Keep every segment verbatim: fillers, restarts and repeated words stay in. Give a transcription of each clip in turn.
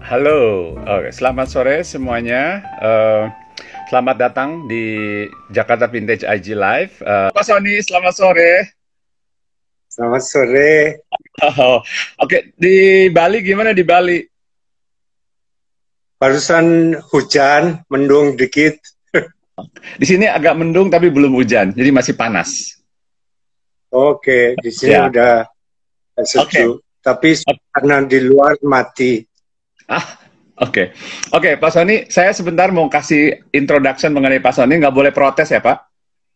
Halo, oke, selamat sore semuanya. Eh, selamat datang di Jakarta Vintage I G Live. Eh, Pak Sony, selamat sore. Selamat sore. Oh, oke, di Bali gimana di Bali? Barusan hujan, mendung dikit. Di sini agak mendung tapi belum hujan, jadi masih panas. Oke, di sini Ya, udah oke. sejuk. Tapi karena di luar mati. Ah, oke. Oke, Pak Sony, saya sebentar mau kasih introduction mengenai Pak Sony. Nggak boleh protes ya, Pak?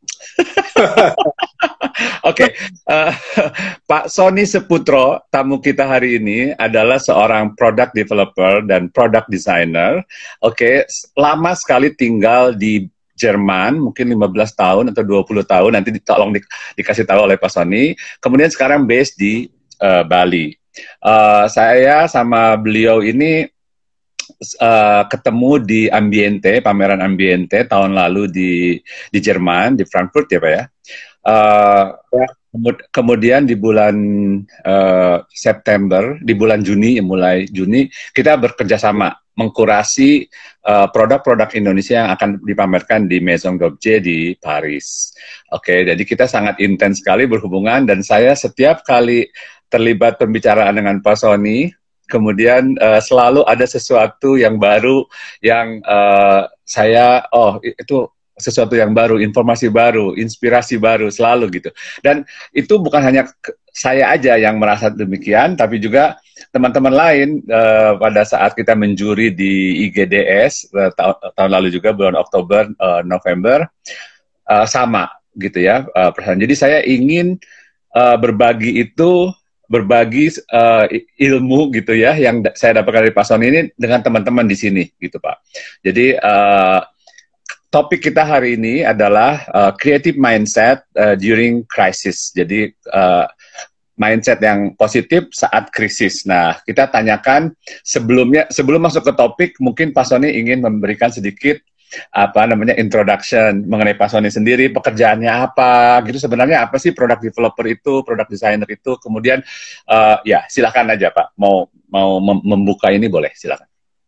Oke, eh, Pak Sony Seputro, tamu kita hari ini adalah seorang product developer dan product designer. Oke, s- lama sekali tinggal di Jerman, mungkin lima belas tahun atau dua puluh tahun, nanti ditolong di- dikasih tahu oleh Pak Sony. Kemudian sekarang based di eh, Bali. Eh, saya sama beliau ini eh, ketemu di Ambiente, pameran Ambiente tahun lalu di di Jerman, di Frankfurt ya Pak ya. Eh, Ya, Kemud- Kemudian di bulan eh, September, di bulan Juni, mulai Juni, kita bekerja sama mengkurasi eh, produk-produk Indonesia yang akan dipamerkan di Maison d'Objet di Paris. Oke, jadi kita sangat intens sekali berhubungan dan saya setiap kali terlibat pembicaraan dengan Pak Sony, kemudian eh, selalu ada sesuatu yang baru yang eh, saya, oh itu sesuatu yang baru, informasi baru, inspirasi baru, selalu gitu. Dan itu bukan hanya saya aja yang merasa demikian, tapi juga teman-teman lain uh, pada saat kita menjuri di I G D S uh, ta tahun lalu juga bulan Oktober, uh, November, uh, sama gitu ya. Uh, Jadi saya ingin uh, berbagi itu berbagi uh, ilmu gitu ya yang saya dapatkan dari Pak Sony ini dengan teman-teman di sini gitu Pak. Jadi uh, topik kita hari ini adalah uh, creative mindset uh, during crisis. Jadi uh, mindset yang positif saat krisis. Nah, kita tanyakan sebelumnya sebelum masuk ke topik, mungkin Pak Sony ingin memberikan sedikit apa namanya introduction mengenai Pak Sony sendiri, pekerjaannya apa, gitu sebenarnya apa sih product developer itu, product designer itu. Kemudian uh, ya silakan aja Pak, mau mau mem membuka ini boleh silakan.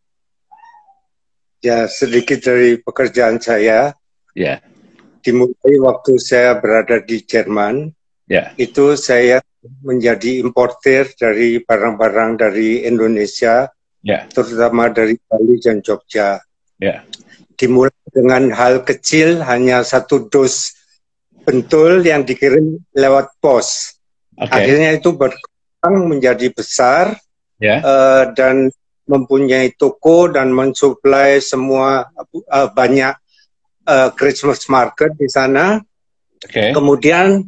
ya sedikit dari pekerjaan saya. Ya, Dimulai waktu saya berada di Jerman, ya, itu saya menjadi importer dari barang-barang dari Indonesia, ya, terutama dari Bali dan Jogja. ya. Dimulai dengan hal kecil, hanya satu dus bentul yang dikirim lewat pos. Oke, Akhirnya itu berkembang menjadi besar, ya, uh, dan mempunyai toko dan mensuplai semua uh, banyak uh, Christmas market di sana. oke, Kemudian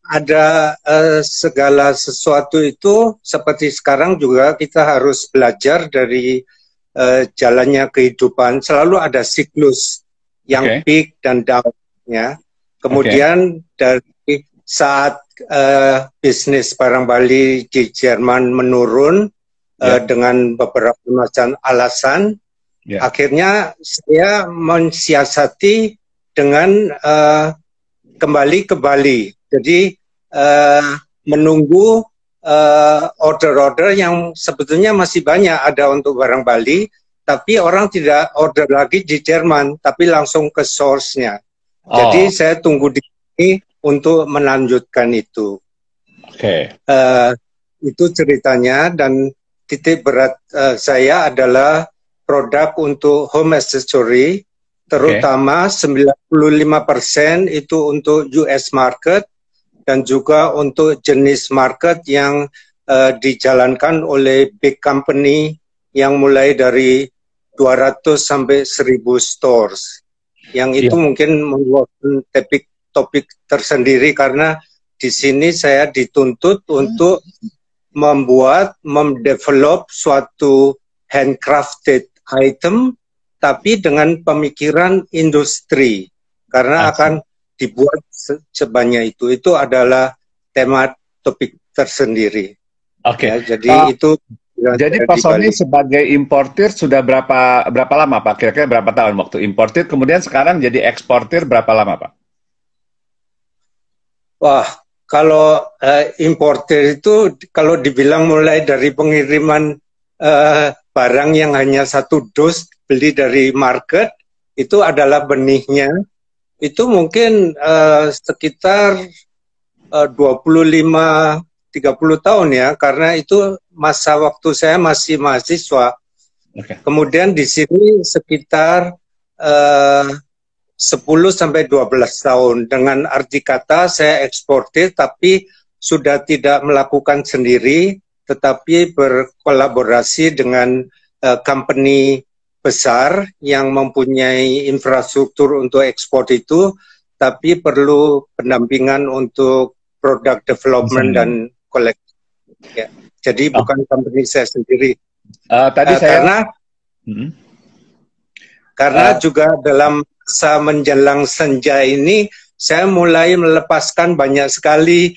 ada uh, segala sesuatu itu seperti sekarang juga kita harus belajar dari uh, jalannya kehidupan. Selalu ada siklus yang oke, peak dan down ya. oke. Kemudian dari saat uh, bisnis barang Bali di Jerman menurun, uh, Ya, dengan beberapa macam alasan, ya, akhirnya saya mensiasati dengan uh, kembali ke Bali. Jadi uh, menunggu uh, order-order yang sebetulnya masih banyak ada untuk barang Bali, tapi orang tidak order lagi di Jerman, tapi langsung ke source-nya. Jadi oh, saya tunggu di sini untuk melanjutkan itu. oke, Uh, itu ceritanya, dan titik berat uh, saya adalah produk untuk home accessory, oke, terutama sembilan puluh lima persen itu untuk U S market dan juga untuk jenis market yang uh, dijalankan oleh big company yang mulai dari dua ratus sampai seribu stores. Yang itu iya, mungkin merupakan topik topik tersendiri karena di sini saya dituntut untuk membuat, mendevelop suatu handcrafted item, tapi dengan pemikiran industri, karena asik, akan dibuat se- sebanyak itu. Itu adalah tema topik tersendiri. oke. Ya, Uh, jadi itu yang jadi saya Pak di Sony Bali. sebagai importir sudah berapa berapa lama Pak? Kira-kira berapa tahun waktu importir, kemudian sekarang jadi eksportir berapa lama Pak? Wah, kalau uh, importer itu kalau dibilang mulai dari pengiriman uh, barang yang hanya satu dus beli dari market, itu adalah benihnya, itu mungkin uh, sekitar uh, dua puluh lima sampai tiga puluh tahun ya, karena itu masa waktu saya masih mahasiswa. Okay. Kemudian di sini sekitar uh, sepuluh sampai dua belas tahun. Dengan arti kata saya eksportir, tapi sudah tidak melakukan sendiri, tetapi berkolaborasi dengan uh, company besar yang mempunyai infrastruktur untuk ekspor itu, tapi perlu pendampingan untuk product development hmm. dan kolektif. Ya. Jadi oh. bukan company saya sendiri. Uh, tadi uh, saya karena hmm. karena uh. juga dalam masa menjelang senja ini saya mulai melepaskan banyak sekali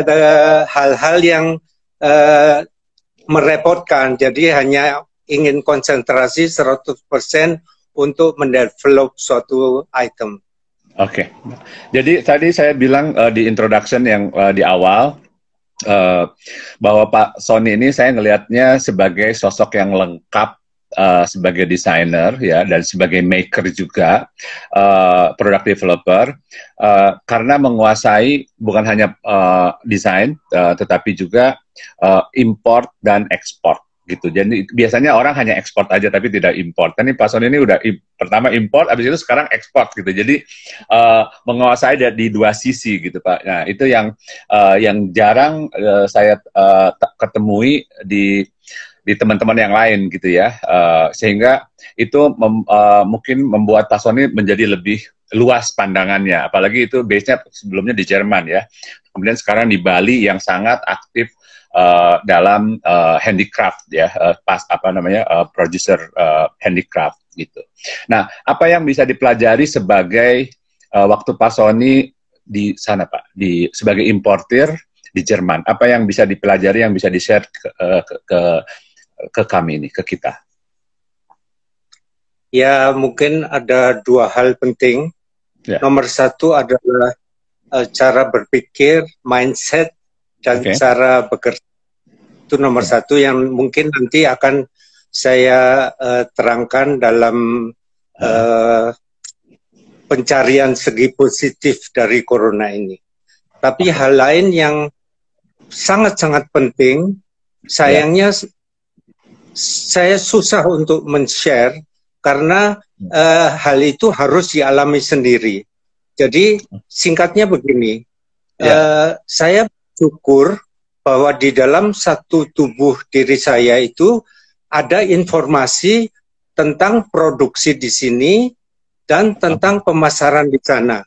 hal-hal uh, yang uh, merepotkan. Jadi hanya ingin konsentrasi seratus persen untuk mendevelop suatu item. Oke. Okay. Jadi tadi saya bilang uh, di introduction yang uh, di awal uh, bahwa Pak Sony ini saya ngelihatnya sebagai sosok yang lengkap, uh, sebagai desainer ya, dan sebagai maker juga, uh, product developer, uh, karena menguasai bukan hanya uh, desain uh, tetapi juga uh, import dan ekspor gitu. Jadi biasanya orang hanya ekspor aja tapi tidak import. Kan ini Pak Sony ini udah im- pertama import, habis itu sekarang ekspor gitu. Jadi uh, menguasai di dua sisi gitu Pak. Nah itu yang uh, yang jarang uh, saya uh, ketemui di di teman-teman yang lain gitu ya. Uh, sehingga itu mem, uh, mungkin membuat Pak Sony menjadi lebih luas pandangannya. Apalagi itu base-nya sebelumnya di Jerman ya. Kemudian sekarang di Bali yang sangat aktif Uh, dalam uh, handicraft ya, uh, pas apa namanya uh, producer uh, handicraft gitu. Nah, apa yang bisa dipelajari sebagai uh, waktu Pak Sony di sana Pak, di sebagai importir di Jerman, apa yang bisa dipelajari yang bisa di-share ke, uh, ke, ke ke kami ini, ke kita? Ya, mungkin ada dua hal penting. Ya. Nomor satu adalah uh, cara berpikir, mindset, dan okay. cara bekerja. Itu nomor okay. satu yang mungkin nanti akan saya uh, terangkan dalam uh, pencarian segi positif dari corona ini. Tapi okay. hal lain yang sangat-sangat penting, sayangnya yeah. saya susah untuk men-share karena uh, hal itu harus dialami sendiri. Jadi singkatnya begini, yeah. uh, saya syukur bahwa di dalam satu tubuh diri saya itu ada informasi tentang produksi di sini dan tentang pemasaran di sana.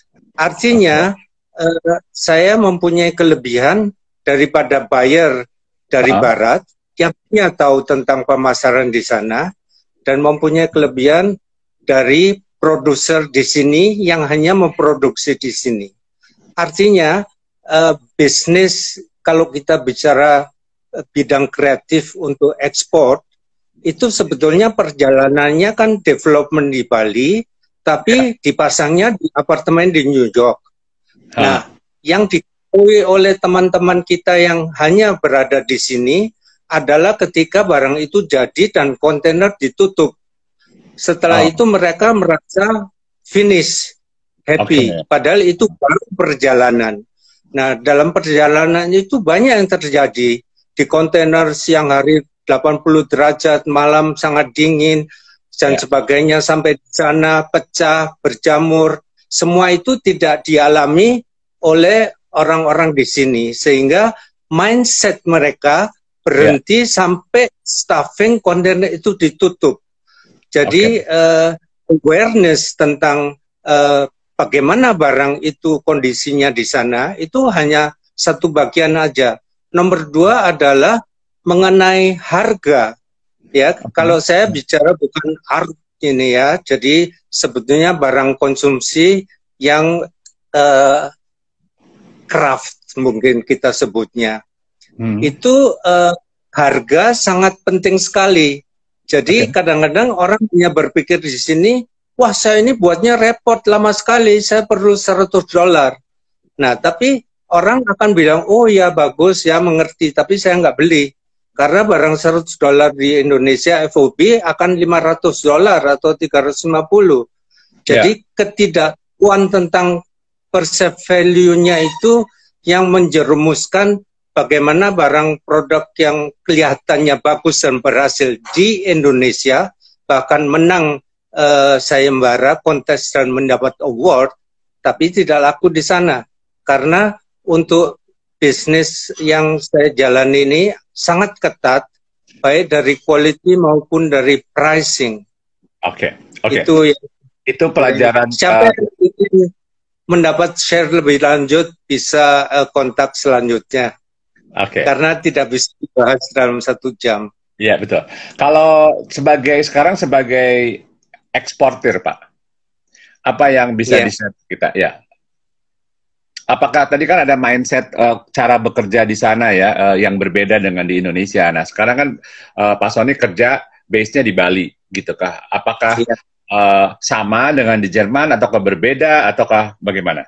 Artinya eh, saya mempunyai kelebihan daripada buyer dari uh. barat yang punya tahu tentang pemasaran di sana dan mempunyai kelebihan dari produser di sini yang hanya memproduksi di sini. Artinya Uh, bisnis kalau kita bicara uh, bidang kreatif untuk ekspor itu sebetulnya perjalanannya kan development di Bali tapi ya. dipasangnya di apartemen di New York. Ha. Nah, yang diketahui oleh teman-teman kita yang hanya berada di sini adalah ketika barang itu jadi dan kontainer ditutup. Setelah oh. itu mereka merasa finish, happy, okay. padahal itu baru perjalanan. Nah, dalam perjalanan itu banyak yang terjadi. Di kontainer siang hari delapan puluh derajat, malam sangat dingin, dan ya. sebagainya, sampai di sana pecah, berjamur. Semua itu tidak dialami oleh orang-orang di sini. Sehingga mindset mereka berhenti ya. sampai stuffing kontainer itu ditutup. Jadi, okay. uh, awareness tentang uh, bagaimana barang itu kondisinya di sana, itu hanya satu bagian aja. Nomor dua adalah mengenai harga. Ya, okay. Kalau saya bicara bukan art ini ya, jadi sebetulnya barang konsumsi yang uh, craft mungkin kita sebutnya. Hmm. Itu uh, harga sangat penting sekali. Jadi kadang-kadang okay. orang punya berpikir di sini, wah saya ini buatnya repot lama sekali, saya perlu seratus dolar. Nah tapi orang akan bilang, oh ya bagus ya mengerti, tapi saya nggak beli. Karena barang seratus dolar di Indonesia F O B akan lima ratus dolar atau tiga ratus lima puluh. Jadi yeah. ketidakpuan tentang perceived value-nya itu yang menjerumuskan bagaimana barang produk yang kelihatannya bagus dan berhasil di Indonesia, bahkan menang uh, sayembara, kontes dan mendapat award, tapi tidak laku di sana. Karena untuk bisnis yang saya jalani ini sangat ketat, baik dari quality maupun dari pricing. Oke, okay, oke. Okay. Itu itu pelajaran. Siapa yang ingin mendapat share lebih lanjut bisa uh, kontak selanjutnya. Oke. Okay. Karena tidak bisa dibahas dalam satu jam. Iya, betul. Kalau sebagai sekarang sebagai eksportir, Pak, apa yang bisa yeah. di-share kita? Ya. Apakah tadi kan ada mindset uh, cara bekerja di sana ya uh, yang berbeda dengan di Indonesia. Nah, sekarang kan uh, Pak Sony kerja base-nya di Bali, gitu kah? Apakah yeah. uh, sama dengan di Jerman ataukah berbeda ataukah bagaimana?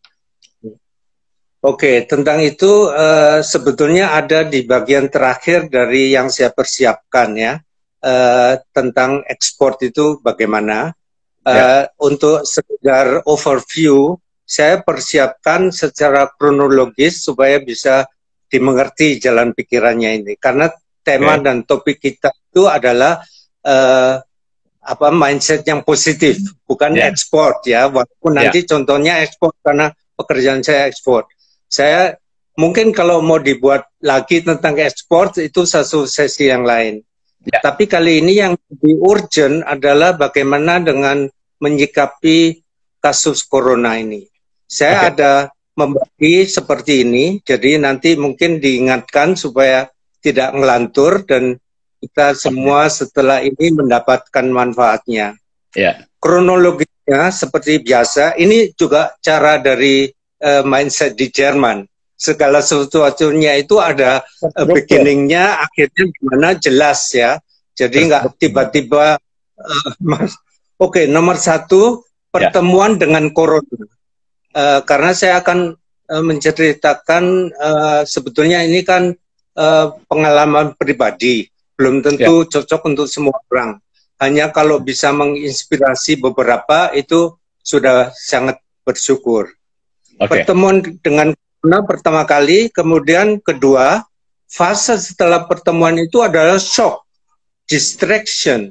Oke, tentang itu uh, sebetulnya ada di bagian terakhir dari yang saya persiapkan ya, uh, tentang ekspor itu bagaimana. Uh, ya. Untuk sekedar overview, saya persiapkan secara kronologis supaya bisa dimengerti jalan pikirannya ini. Karena tema okay. dan topik kita itu adalah uh, apa mindset yang positif, bukan yeah. ekspor ya. Walaupun nanti yeah. contohnya ekspor karena pekerjaan saya ekspor. Saya mungkin kalau mau dibuat lagi tentang ekspor itu satu sesi yang lain. Ya. Tapi kali ini yang lebih urgent adalah bagaimana dengan menyikapi kasus corona ini. Saya okay. ada membagi seperti ini, jadi nanti mungkin diingatkan supaya tidak ngelantur dan kita semua setelah ini mendapatkan manfaatnya. Ya. Kronologinya seperti biasa, ini juga cara dari Uh, mindset di Jerman. Segala sesuatunya itu ada uh, beginningnya, akhirnya gimana jelas ya. Jadi nggak tiba-tiba. Uh, Oke, okay, nomor satu pertemuan ya. dengan corona. Uh, karena saya akan uh, menceritakan uh, sebetulnya ini kan uh, pengalaman pribadi, belum tentu ya. cocok untuk semua orang. Hanya kalau bisa menginspirasi beberapa itu sudah sangat bersyukur. Okay. Pertemuan dengan corona pertama kali, kemudian kedua, fase setelah pertemuan itu adalah shock, distraction.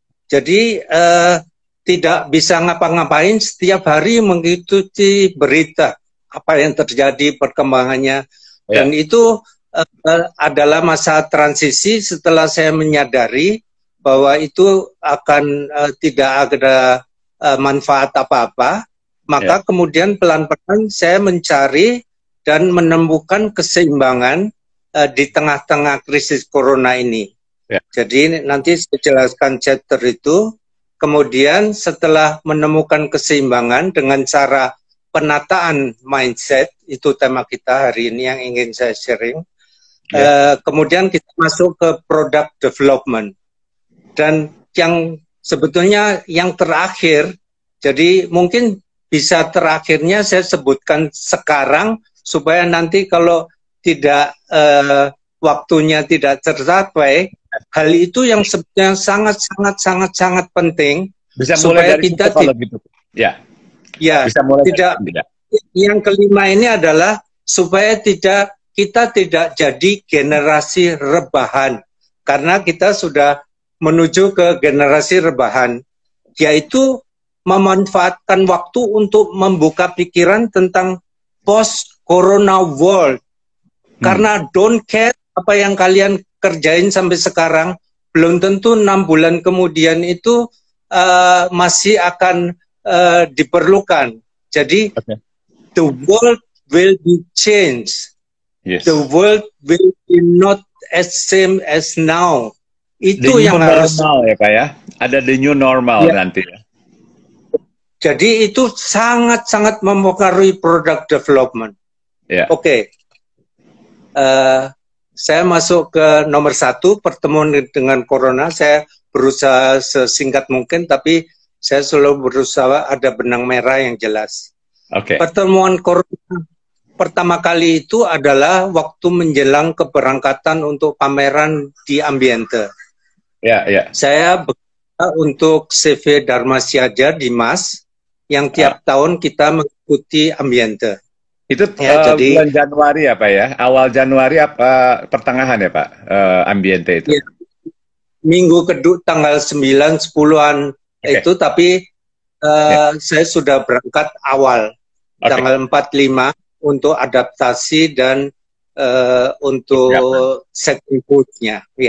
Jadi eh, tidak bisa ngapa-ngapain, setiap hari mengikuti berita apa yang terjadi, perkembangannya. Yeah. Dan itu eh, adalah masa transisi setelah saya menyadari bahwa itu akan eh, tidak ada eh, manfaat apa-apa. Maka yeah. kemudian pelan-pelan saya mencari dan menemukan keseimbangan uh, di tengah-tengah krisis corona ini. Yeah. Jadi nanti saya jelaskan chapter itu. Kemudian setelah menemukan keseimbangan dengan cara penataan mindset, itu tema kita hari ini yang ingin saya sharing. Yeah. Uh, kemudian kita masuk ke product development. Dan yang sebetulnya yang terakhir, jadi mungkin bisa terakhirnya saya sebutkan sekarang supaya nanti kalau tidak uh, waktunya tidak tercapai, hal itu yang sebetulnya sangat sangat sangat sangat penting bisa supaya mulai dari kita tidak gitu. ya ya bisa mulai tidak, tidak yang kelima ini adalah supaya tidak kita tidak jadi generasi rebahan, karena kita sudah menuju ke generasi rebahan, yaitu memanfaatkan waktu untuk membuka pikiran tentang post-corona world. Hmm. Karena don't care apa yang kalian kerjain sampai sekarang, belum tentu enam bulan kemudian itu uh, masih akan uh, diperlukan. Jadi, okay. the world will be changed. Yes. The world will be not as same as now. Itu the yang harus. Normal ya Pak ya? Ada the new normal ya. Nanti ya. Jadi itu sangat-sangat mempengaruhi product development. Yeah. Oke, okay. uh, saya masuk ke nomor satu, pertemuan dengan corona. Saya berusaha sesingkat mungkin, tapi saya selalu berusaha ada benang merah yang jelas. Okay. Pertemuan corona pertama kali itu adalah waktu menjelang keberangkatan untuk pameran di Ambiente. Ya, ya. Saya bekerja untuk C V Dharma Siaja di M A S, yang tiap ah. tahun kita mengikuti Ambiente. Itu ya, uh, jadi bulan Januari ya Pak ya? Awal Januari apa pertengahan ya Pak, uh, Ambiente itu? Ya, minggu kedua tanggal sembilan sepuluhan okay. itu, tapi uh, ya. saya sudah berangkat awal, okay. tanggal empat lima untuk adaptasi dan uh, untuk ya. setting booth-nya. Ya.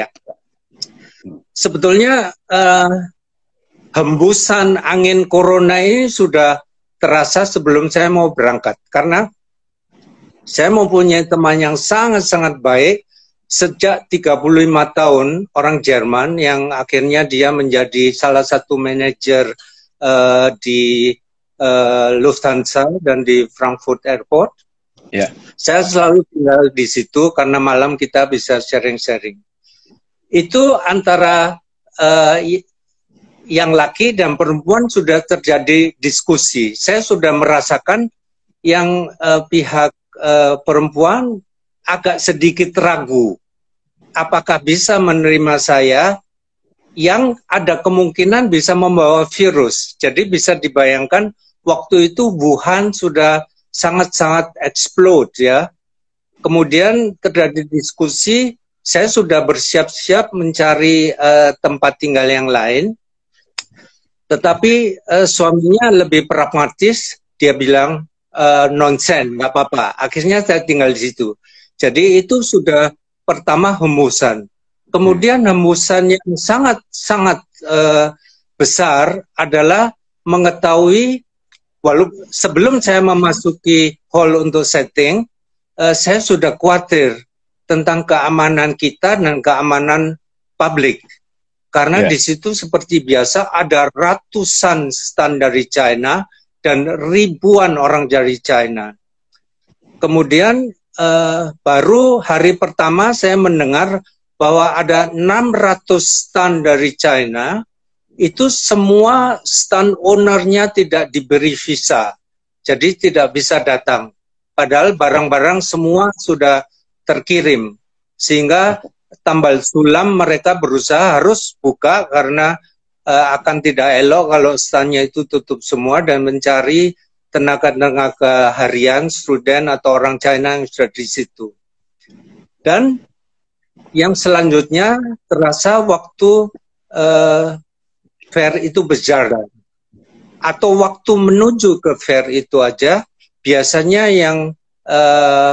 Sebetulnya uh, hembusan angin corona ini sudah terasa sebelum saya mau berangkat, karena saya mempunyai teman yang sangat-sangat baik sejak tiga puluh lima tahun, orang Jerman yang akhirnya dia menjadi salah satu manajer uh, di uh, Lufthansa dan di Frankfurt Airport. Yeah. Saya selalu tinggal di situ karena malam kita bisa sharing-sharing. Itu antara uh, yang laki dan perempuan sudah terjadi diskusi. Saya sudah merasakan yang uh, pihak Uh, perempuan agak sedikit ragu apakah bisa menerima saya yang ada kemungkinan bisa membawa virus. Jadi bisa dibayangkan waktu itu Wuhan sudah sangat-sangat explode ya. Kemudian terjadi diskusi, saya sudah bersiap-siap mencari uh, tempat tinggal yang lain. Tetapi uh, suaminya lebih pragmatis, dia bilang Uh, nonsen, nggak apa-apa. Akhirnya saya tinggal di situ. Jadi itu sudah pertama hembusan. Kemudian hembusan yang sangat-sangat uh, besar adalah mengetahui, walaupun sebelum saya memasuki hall untuk setting, uh, saya sudah khawatir tentang keamanan kita dan keamanan publik. Karena yeah. di situ seperti biasa ada ratusan stand dari China dan ribuan orang dari China. Kemudian uh, baru hari pertama saya mendengar bahwa ada enam ratus stand dari China, itu semua stand ownernya tidak diberi visa, jadi tidak bisa datang. Padahal barang-barang semua sudah terkirim, sehingga tambal sulam mereka berusaha harus buka karena Uh, akan tidak elok kalau standnya itu tutup semua dan mencari tenaga-tenaga harian, student atau orang China yang sudah di situ. Dan yang selanjutnya terasa waktu uh, fair itu berjalan atau waktu menuju ke fair itu aja biasanya yang uh,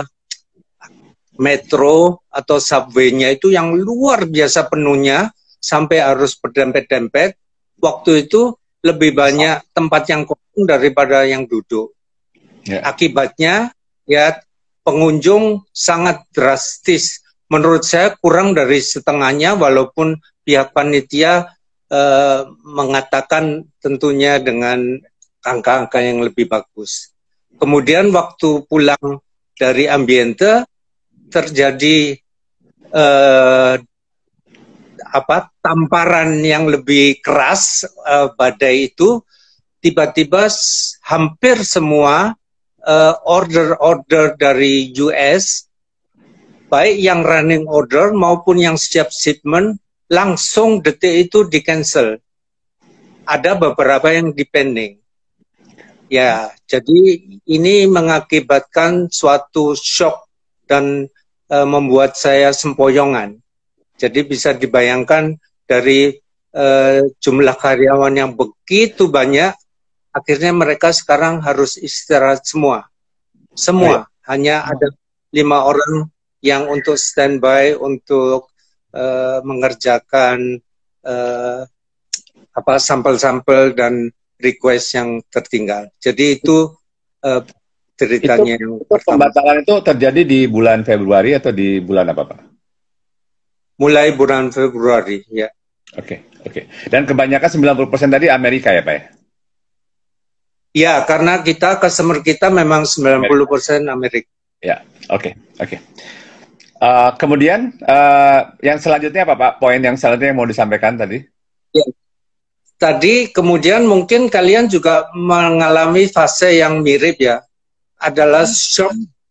metro atau subway-nya itu yang luar biasa penuhnya sampai harus berdempet-dempet. Waktu itu lebih banyak tempat yang kosong daripada yang duduk. Yeah. Akibatnya ya pengunjung sangat drastis. Menurut saya kurang dari setengahnya, walaupun pihak panitia eh, mengatakan tentunya dengan angka-angka yang lebih bagus. Kemudian waktu pulang dari Ambiente terjadi eh, apa tamparan yang lebih keras, uh, badai itu tiba-tiba hampir semua order-order uh, dari U S, baik yang running order maupun yang siap shipment, langsung detik itu di-cancel. Ada beberapa yang dipending. Ya, jadi ini mengakibatkan suatu shock dan uh, membuat saya sempoyongan. Jadi bisa dibayangkan dari uh, jumlah karyawan yang begitu banyak, akhirnya mereka sekarang harus istirahat semua. Semua. Ayo. Hanya ada lima orang yang untuk standby untuk uh, mengerjakan uh, apa sampel-sampel dan request yang tertinggal. Jadi itu uh, ceritanya. Itu, yang itu pembatalan itu terjadi di bulan Februari atau di bulan apa, Pak? Mulai bulan Februari, ya. Oke, okay, oke. Okay. Dan kebanyakan sembilan puluh persen tadi Amerika ya, Pak? Ya, karena kita, customer kita memang sembilan puluh persen Amerika. Ya, oke, okay, oke. Okay. Uh, kemudian, uh, yang selanjutnya apa, Pak? Poin yang selanjutnya yang mau disampaikan tadi? Ya. Tadi, kemudian mungkin kalian juga mengalami fase yang mirip ya. Adalah shock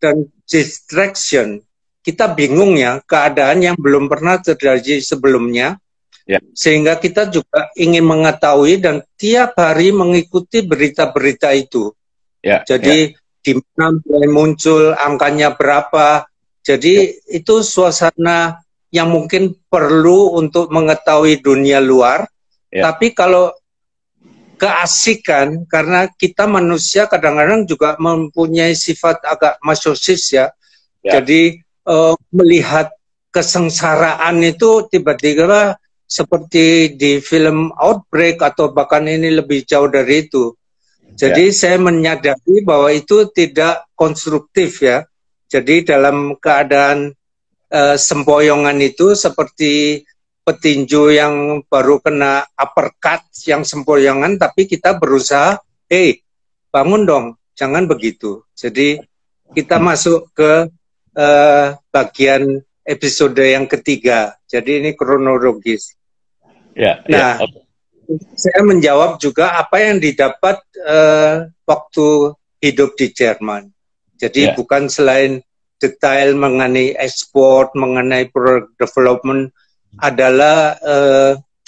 dan distraction. Kita bingung ya, keadaan yang belum pernah terjadi sebelumnya, ya. Sehingga kita juga ingin mengetahui dan tiap hari mengikuti berita-berita itu. Ya, Jadi ya. Di mana mulai muncul, angkanya berapa. Jadi ya. Itu suasana yang mungkin perlu untuk mengetahui dunia luar. Ya. Tapi kalau keasikan, karena kita manusia kadang-kadang juga mempunyai sifat agak masochis ya. Ya. Jadi uh, melihat kesengsaraan itu tiba-tiba seperti di film Outbreak atau bahkan ini lebih jauh dari itu. Jadi ya. Saya menyadari bahwa itu tidak konstruktif ya. Jadi dalam keadaan uh, sempoyongan itu seperti petinju yang baru kena uppercut yang sempoyongan, tapi kita berusaha, hey, bangun dong, jangan begitu. Jadi kita masuk ke uh, bagian episode yang ketiga. Jadi ini kronologis. Ya, nah, ya. Saya menjawab juga apa yang didapat uh, waktu hidup di Jerman. Jadi ya. Bukan selain detail mengenai ekspor, mengenai product development, adalah uh,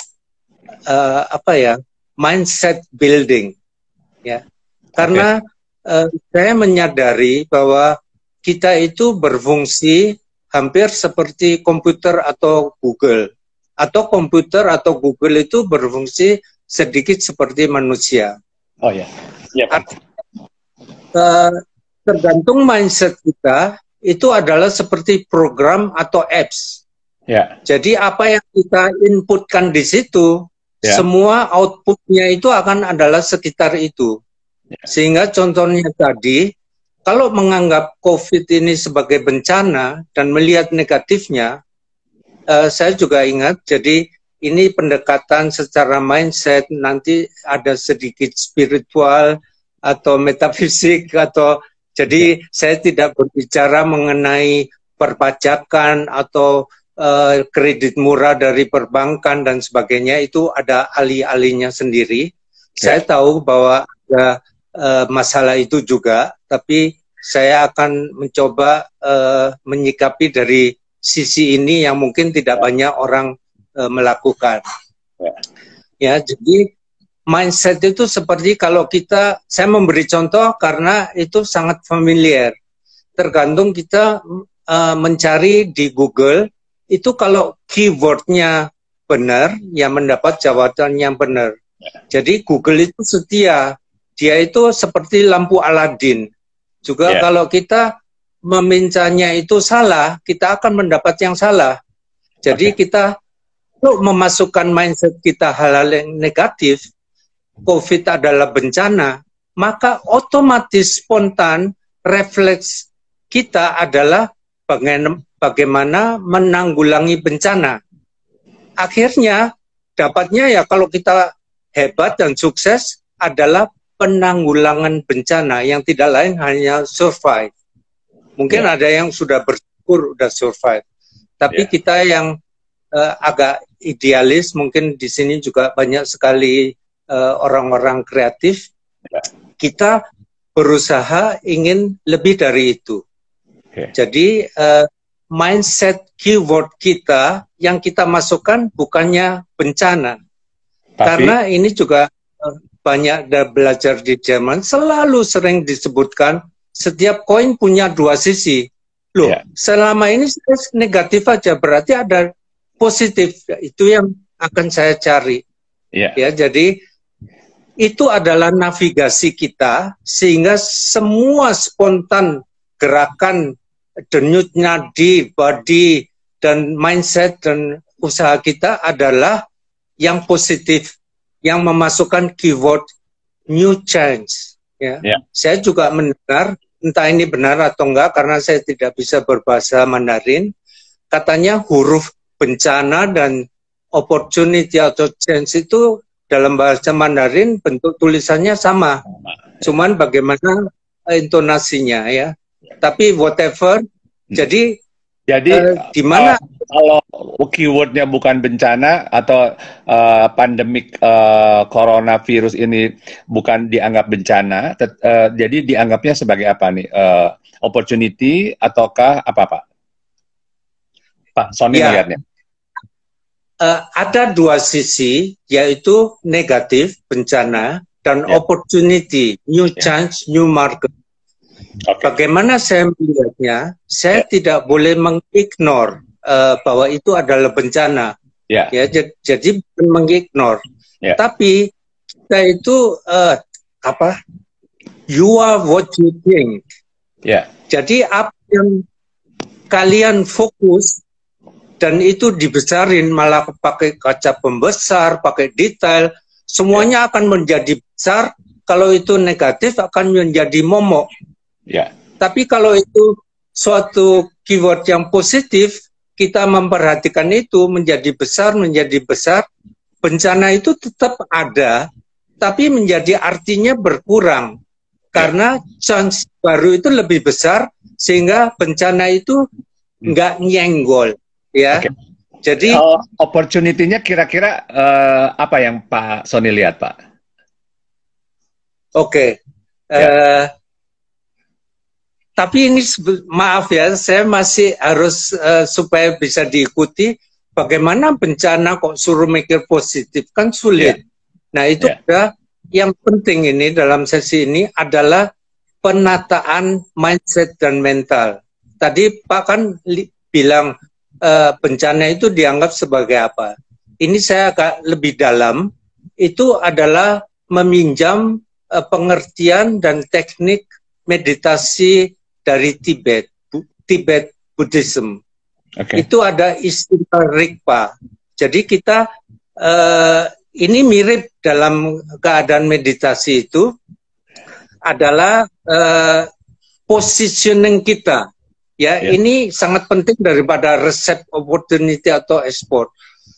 uh, apa ya, mindset building, ya. Karena okay. uh, saya menyadari bahwa kita itu berfungsi hampir seperti komputer atau Google, atau komputer atau Google itu berfungsi sedikit seperti manusia. Oh ya. Yeah. Yeah. Uh, tergantung mindset kita itu adalah seperti program atau apps. Ya. Jadi apa yang kita inputkan di situ, ya. Semua outputnya itu akan adalah sekitar itu. Ya. Sehingga contohnya tadi, kalau menganggap COVID ini sebagai bencana dan melihat negatifnya, uh, saya juga ingat, jadi ini pendekatan secara mindset, nanti ada sedikit spiritual atau metafisik, atau jadi ya. Saya tidak berbicara mengenai perpajakan atau Uh, kredit murah dari perbankan dan sebagainya, itu ada ahli-ahlinya sendiri. Ya. Saya tahu bahwa ada uh, masalah itu juga, tapi saya akan mencoba uh, menyikapi dari sisi ini yang mungkin tidak banyak orang uh, melakukan. Ya. Ya, jadi mindset itu seperti kalau kita, saya memberi contoh karena itu sangat familiar. Tergantung kita uh, mencari di Google, itu kalau keywordnya benar, ya mendapat jawaban yang benar. Jadi Google itu setia, dia itu seperti lampu Aladin. Juga yeah. Kalau kita memintanya itu salah, kita akan mendapat yang salah. Jadi okay. Kita untuk memasukkan mindset kita hal-hal yang negatif, COVID adalah bencana, maka otomatis spontan refleks kita adalah bagaimana bagaimana menanggulangi bencana. Akhirnya dapatnya ya kalau kita hebat dan sukses adalah penanggulangan bencana yang tidak lain hanya survive. Mungkin yeah. Ada yang sudah bersyukur udah survive. Tapi yeah. Kita yang uh, agak idealis, mungkin di sini juga banyak sekali orang-orang uh, kreatif. Yeah. Kita berusaha ingin lebih dari itu. Okay. Jadi uh, mindset keyword kita yang kita masukkan bukannya bencana. Tapi, karena ini juga uh, banyak da belajar di Jerman, selalu sering disebutkan setiap koin punya dua sisi. Loh, yeah. Selama ini negatif aja, berarti ada positif. Itu yang akan saya cari. Yeah. Ya, jadi itu adalah navigasi kita sehingga semua spontan gerakan denyut nadi, body, dan mindset dan usaha kita adalah yang positif, yang memasukkan keyword new change. Ya. Yeah. Saya juga mendengar, entah ini benar atau enggak, karena saya tidak bisa berbahasa Mandarin, katanya huruf bencana dan opportunity atau chance itu dalam bahasa Mandarin bentuk tulisannya sama, cuman bagaimana intonasinya ya. Tapi whatever, hmm. jadi, jadi uh, di mana uh, kalau keywordnya bukan bencana atau uh, pandemik uh, coronavirus ini bukan dianggap bencana, tet, uh, jadi dianggapnya sebagai apa nih? Uh, opportunity ataukah apa Pak? Pak Sony ya, melihatnya. Uh, ada dua sisi, yaitu negatif bencana dan ya. opportunity, new ya. chance, new market. Okay. Bagaimana saya melihatnya? Saya yeah. tidak boleh mengignore uh, bahwa itu adalah bencana. Yeah. Ya, jadi bukan mengignore. Yeah. Tapi kita itu uh, apa? You are what you think. Yeah. Jadi apa yang kalian fokus dan itu dibesarin, malah pakai kaca pembesar, pakai detail, semuanya yeah. akan menjadi besar. Kalau itu negatif akan menjadi momok. Ya. Tapi kalau itu suatu keyword yang positif, kita memperhatikan itu menjadi besar, menjadi besar, bencana itu tetap ada, tapi menjadi artinya berkurang. Karena chance baru itu lebih besar, sehingga bencana itu nggak nyenggol. Ya. Okay. Jadi uh, opportunity-nya kira-kira uh, apa yang Pak Sony lihat, Pak? Oke. Okay. Uh, yeah. Tapi ini maaf ya, saya masih harus uh, supaya bisa diikuti bagaimana bencana kok suruh mikir positif, kan sulit. Yeah. Nah itu yeah. ada yang penting ini dalam sesi ini adalah penataan mindset dan mental. Tadi Pak kan bilang uh, bencana itu dianggap sebagai apa? Ini saya agak lebih dalam, itu adalah meminjam uh, pengertian dan teknik meditasi dari Tibet, Tibet Buddhism. Okay. Itu ada istilah Rigpa. Jadi kita uh, ini mirip dalam keadaan meditasi itu adalah uh, positioning kita. Ya, yeah. Ini sangat penting daripada resep opportunity atau export.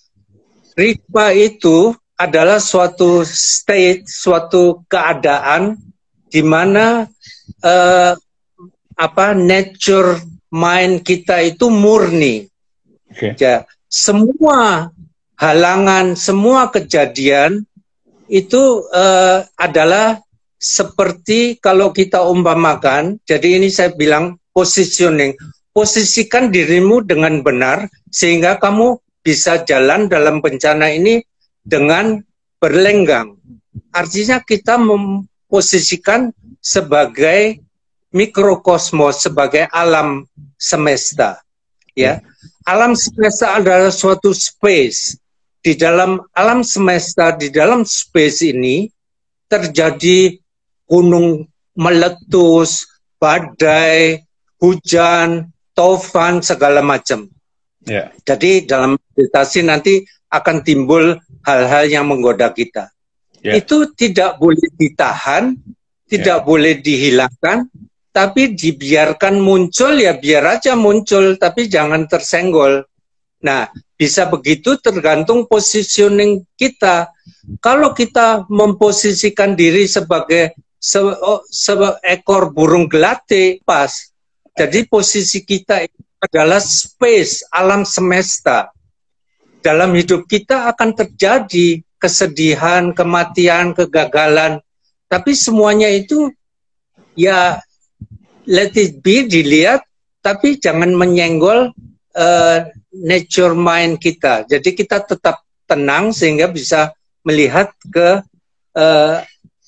Rigpa itu adalah suatu state, suatu keadaan di mana uh, apa nature mind kita itu murni. Okay. Ya, semua halangan, semua kejadian itu uh, adalah seperti kalau kita umpamakan. Jadi ini saya bilang positioning. Posisikan dirimu dengan benar sehingga kamu bisa jalan dalam bencana ini dengan berlenggang. Artinya kita memposisikan sebagai mikrokosmos, sebagai alam semesta, ya. Alam semesta adalah suatu space. Di dalam alam semesta, di dalam space ini terjadi gunung meletus, badai, hujan, taufan, segala macam. Yeah. Jadi dalam meditasi nanti akan timbul hal-hal yang menggoda kita. Yeah. Itu tidak boleh ditahan, tidak yeah. boleh dihilangkan, tapi dibiarkan muncul, ya biar aja muncul, tapi jangan tersenggol. Nah, bisa begitu tergantung positioning kita. Kalau kita memposisikan diri sebagai se seekor burung gelate, pas. Jadi posisi kita adalah space, alam semesta. Dalam hidup kita akan terjadi kesedihan, kematian, kegagalan. Tapi semuanya itu ya let it be, dilihat, tapi jangan menyenggol uh, nature mind kita. Jadi kita tetap tenang sehingga bisa melihat ke uh,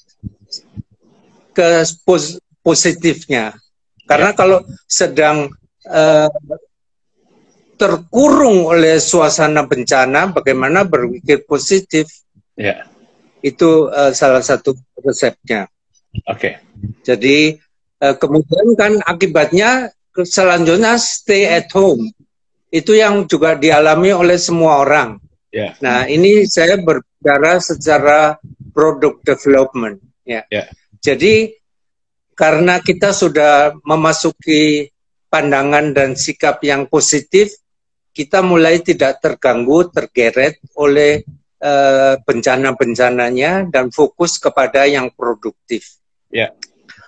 ke pos positifnya. Karena kalau sedang uh, terkurung oleh suasana bencana, bagaimana berpikir positif? Yeah. Itu uh, salah satu resepnya. Oke. Okay. Jadi Uh, kemudian kan akibatnya selanjutnya stay at home. Itu yang juga dialami oleh semua orang. Yeah. Nah ini saya berbicara secara product development. Ya. Yeah. Jadi karena kita sudah memasuki pandangan dan sikap yang positif, kita mulai tidak terganggu, tergeret oleh uh, bencana-bencananya dan fokus kepada yang produktif. Yeah.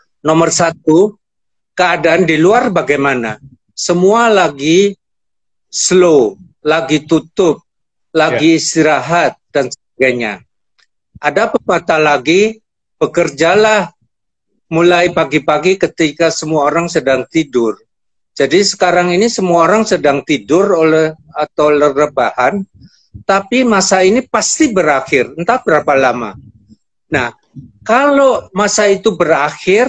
Nomor satu, keadaan di luar bagaimana? Semua lagi slow, lagi tutup, lagi istirahat, dan sebagainya. Ada pepatah lagi, bekerjalah mulai pagi-pagi ketika semua orang sedang tidur. Jadi sekarang ini semua orang sedang tidur oleh atau rebahan, tapi masa ini pasti berakhir, entah berapa lama. Nah, kalau masa itu berakhir,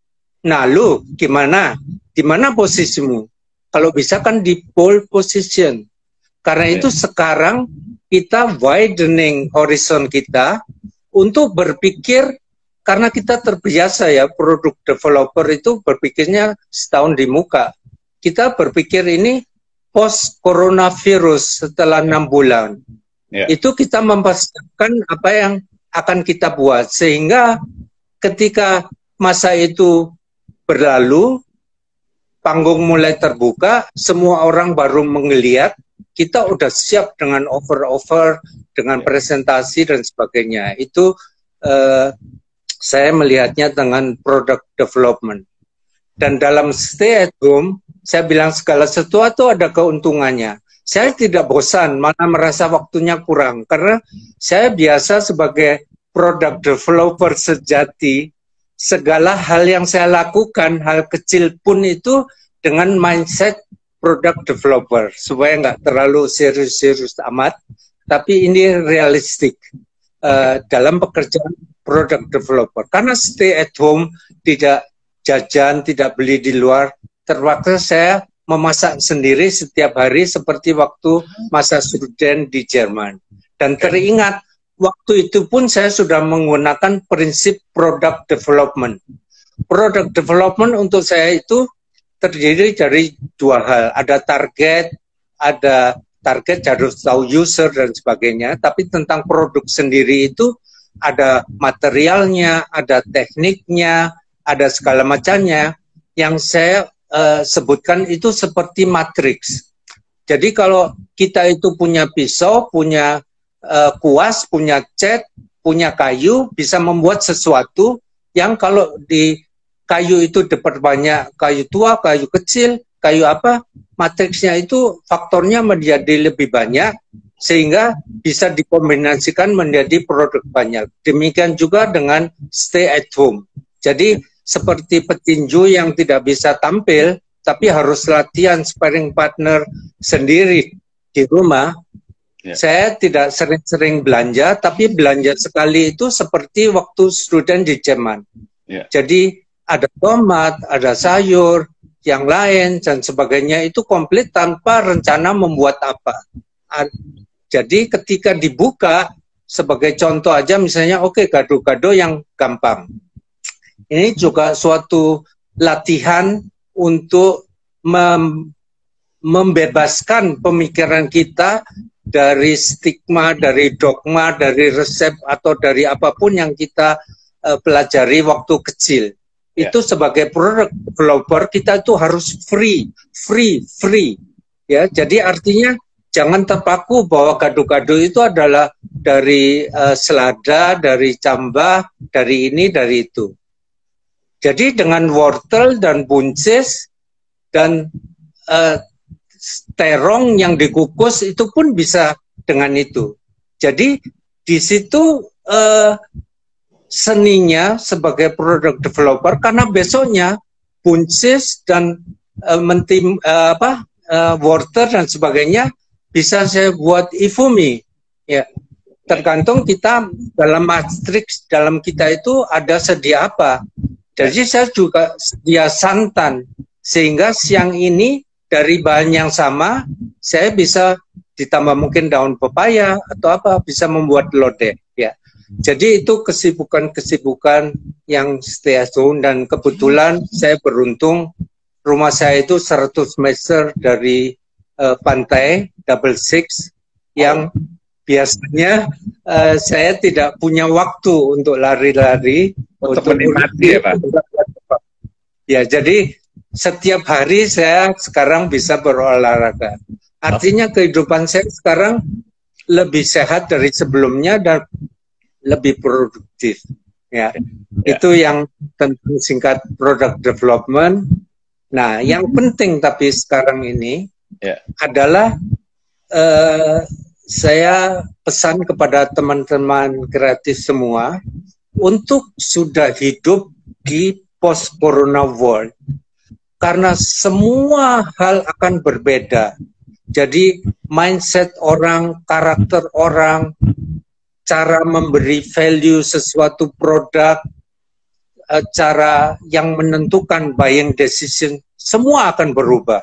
nah lu gimana? Di mana posisimu? Kalau bisa kan di pole position. Karena itu sekarang kita widening horizon kita untuk berpikir, karena kita terbiasa ya, produk developer itu berpikirnya setahun di muka. Kita berpikir ini post coronavirus setelah enam bulan. Yeah. Itu kita mempersiapkan apa yang akan kita buat, sehingga ketika masa itu berlalu, panggung mulai terbuka, semua orang baru melihat kita udah siap dengan offer-offer, dengan presentasi dan sebagainya. Itu uh, saya melihatnya dengan product development. Dan dalam stay at home, saya bilang segala sesuatu ada keuntungannya. Saya tidak bosan, malah merasa waktunya kurang. Karena saya biasa sebagai product developer sejati, segala hal yang saya lakukan, hal kecil pun itu dengan mindset product developer. Supaya nggak terlalu serius-serius amat, tapi ini realistik uh, dalam pekerjaan product developer. Karena stay at home, tidak jajan, tidak beli di luar, terpaksa saya memasak sendiri setiap hari seperti waktu masa studen di Jerman. Dan teringat, waktu itu pun saya sudah menggunakan prinsip product development. Product development untuk saya itu terdiri dari dua hal. Ada target, ada target harus tahu user dan sebagainya. Tapi tentang produk sendiri itu ada materialnya, ada tekniknya, ada segala macamnya. Yang saya uh, sebutkan itu seperti matriks. Jadi kalau kita itu punya pisau, punya uh, kuas, punya cat, punya kayu, bisa membuat sesuatu yang kalau di kayu itu dapat banyak kayu tua, kayu kecil, kayu apa, matriksnya itu faktornya menjadi lebih banyak, sehingga bisa dikombinasikan menjadi produk banyak. Demikian juga dengan stay at home. Jadi seperti petinju yang tidak bisa tampil, tapi harus latihan sparring partner sendiri di rumah. Ya. Saya tidak sering-sering belanja, tapi belanja sekali itu seperti waktu student di Jerman. Ya. Jadi ada tomat, ada sayur, yang lain, dan sebagainya itu komplit tanpa rencana membuat apa. Jadi ketika dibuka, sebagai contoh aja misalnya, oke, okay, gado-gado yang gampang. Ini juga suatu latihan untuk mem membebaskan pemikiran kita dari stigma, dari dogma, dari resep, atau dari apapun yang kita uh, pelajari waktu kecil. Yeah. Itu sebagai product developer, kita itu harus free, free, free. Ya, jadi artinya jangan terpaku bahwa gado-gado itu adalah dari uh, selada, dari cambah, dari ini, dari itu. Jadi dengan wortel dan buncis dan uh, terong yang dikukus itu pun bisa dengan itu. Jadi di situ uh, seninya sebagai product developer, karena besoknya buncis dan uh, mentim uh, apa uh, wortel dan sebagainya bisa saya buat ifumi. Ya, tergantung kita dalam matriks dalam kita itu ada sedia apa. Jadi saya juga sedia santan, sehingga siang ini dari bahan yang sama, saya bisa ditambah mungkin daun pepaya atau apa, bisa membuat lodeh. Ya. Jadi itu kesibukan-kesibukan yang stay at home, dan kebetulan saya beruntung rumah saya itu seratus meter dari uh, pantai Double Six, yang biasanya uh, saya tidak punya waktu untuk lari-lari, untuk, untuk menikmati ya Pak. Ya, jadi setiap hari saya sekarang bisa berolahraga. Artinya kehidupan saya sekarang lebih sehat dari sebelumnya dan lebih produktif. Ya, ya. Itu yang tentang singkat product development. Nah, yang penting tapi sekarang ini yeah. adalah uh, saya pesan kepada teman-teman kreatif semua untuk sudah hidup di post-corona world. Karena semua hal akan berbeda. Jadi mindset orang, karakter orang, cara memberi value sesuatu produk, cara yang menentukan buying decision, semua akan berubah.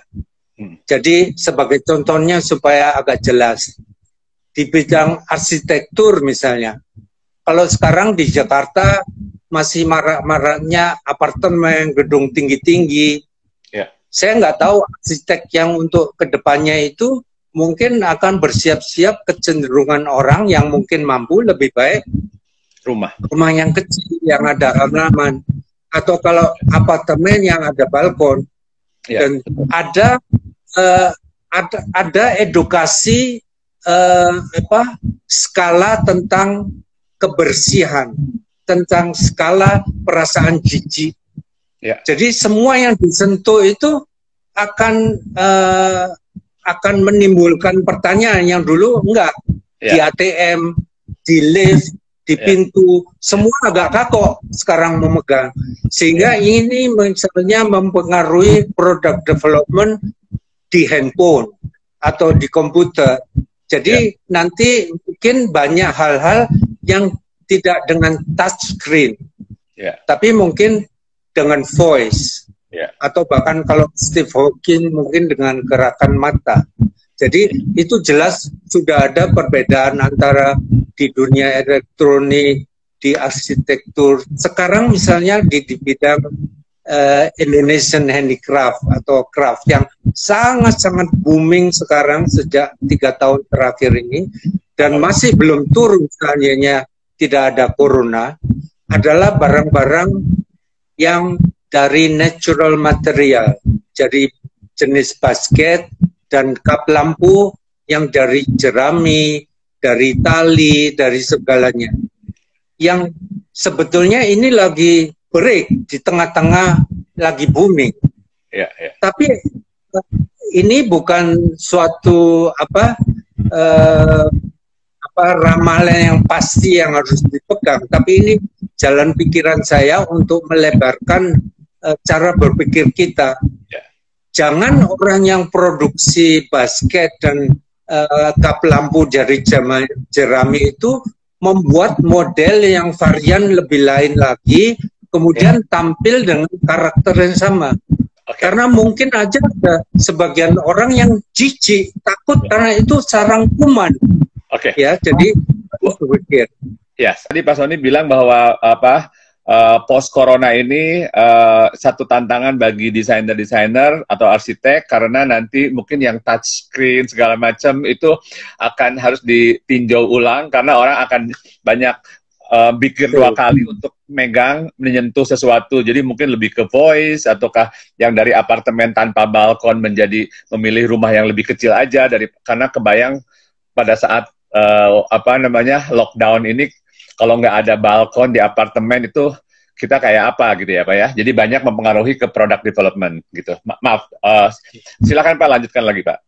Jadi sebagai contohnya supaya agak jelas, di bidang arsitektur misalnya, kalau sekarang di Jakarta masih marak-maraknya apartemen, gedung tinggi-tinggi, yeah. Saya nggak tahu arsitek yang untuk kedepannya itu mungkin akan bersiap-siap kecenderungan orang yang mungkin mampu lebih baik rumah rumah yang kecil yang ada halaman, atau kalau apartemen yang ada balkon, yeah. Dan ada uh, ada ada edukasi uh, apa skala tentang kebersihan, tentang skala perasaan jijik. Yeah. Jadi semua yang disentuh itu akan uh, akan menimbulkan pertanyaan yang dulu enggak, yeah. Di A T M, di lift, di pintu, yeah. Semua agak kaku sekarang memegang. Sehingga yeah. Ini misalnya mempengaruhi product development di handphone atau di komputer. Jadi yeah. Nanti mungkin banyak hal-hal yang tidak dengan touch screen, yeah. Tapi mungkin dengan voice, yeah. Atau bahkan kalau Steve Hawking mungkin dengan gerakan mata. Jadi itu jelas sudah ada perbedaan antara di dunia elektronik, di arsitektur. Sekarang misalnya di, di bidang uh, Indonesian handicraft atau craft yang sangat-sangat booming sekarang sejak tiga tahun terakhir ini, dan masih belum turun seandainya tidak ada corona, adalah barang-barang yang dari natural material, jadi jenis basket dan kap lampu yang dari jerami, dari tali, dari segalanya. Yang sebetulnya ini lagi break di tengah-tengah lagi booming. Ya, ya. Tapi ini bukan suatu apa eh, apa ramalan yang pasti yang harus dipegang, tapi ini jalan pikiran saya untuk melebarkan uh, cara berpikir kita. Yeah. Jangan orang yang produksi basket dan uh, kap lampu dari jerami itu membuat model yang varian lebih lain lagi, kemudian yeah. Tampil dengan karakter yang sama. Okay. Karena mungkin aja ada sebagian orang yang jijik, takut yeah. Karena itu sarang kuman. Oke. Okay. Ya, jadi harus berpikir. Ya, yes. Tadi Pak Sony bilang bahwa apa uh, post corona ini uh, satu tantangan bagi desainer-desainer atau arsitek karena nanti mungkin yang touch screen segala macam itu akan harus ditinjau ulang karena orang akan banyak uh, pikir dua kali untuk megang menyentuh sesuatu. Jadi mungkin lebih ke voice ataukah yang dari apartemen tanpa balkon menjadi memilih rumah yang lebih kecil aja dari karena kebayang pada saat uh, apa namanya lockdown ini. Kalau nggak ada balkon di apartemen itu kita kayak apa gitu ya Pak ya. Jadi banyak mempengaruhi ke product development gitu. Ma maaf, uh, silakan Pak lanjutkan lagi Pak.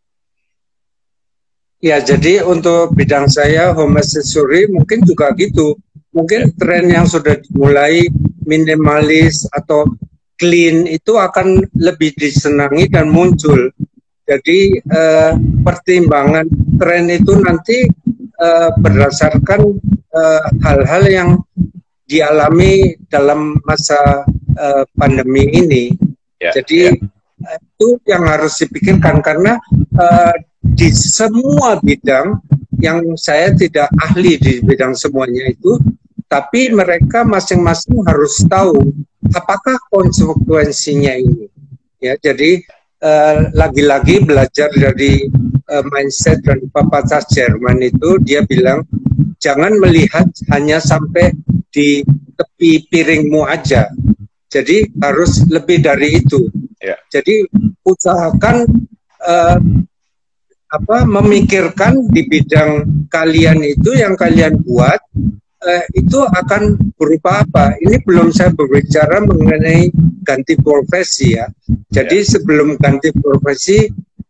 Ya jadi untuk bidang saya home accessory mungkin juga gitu. Mungkin tren yang sudah dimulai minimalis atau clean itu akan lebih disenangi dan muncul. Jadi uh, pertimbangan tren itu nanti uh, berdasarkan hal-hal uh, yang dialami dalam masa uh, pandemi ini. Yeah, Jadi yeah. itu yang harus dipikirkan karena uh, di semua bidang yang saya tidak ahli di bidang semuanya itu, tapi mereka masing-masing harus tahu apakah konsekuensinya ini. Ya, jadi lagi-lagi uh, belajar dari uh, mindset dan pepatah Jerman itu, dia bilang jangan melihat hanya sampai di tepi piringmu aja. Jadi harus lebih dari itu. Yeah. Jadi usahakan uh, apa memikirkan di bidang kalian itu yang kalian buat uh, itu akan berupa apa. Ini belum saya berbicara mengenai ganti profesi ya. Jadi yeah. Sebelum ganti profesi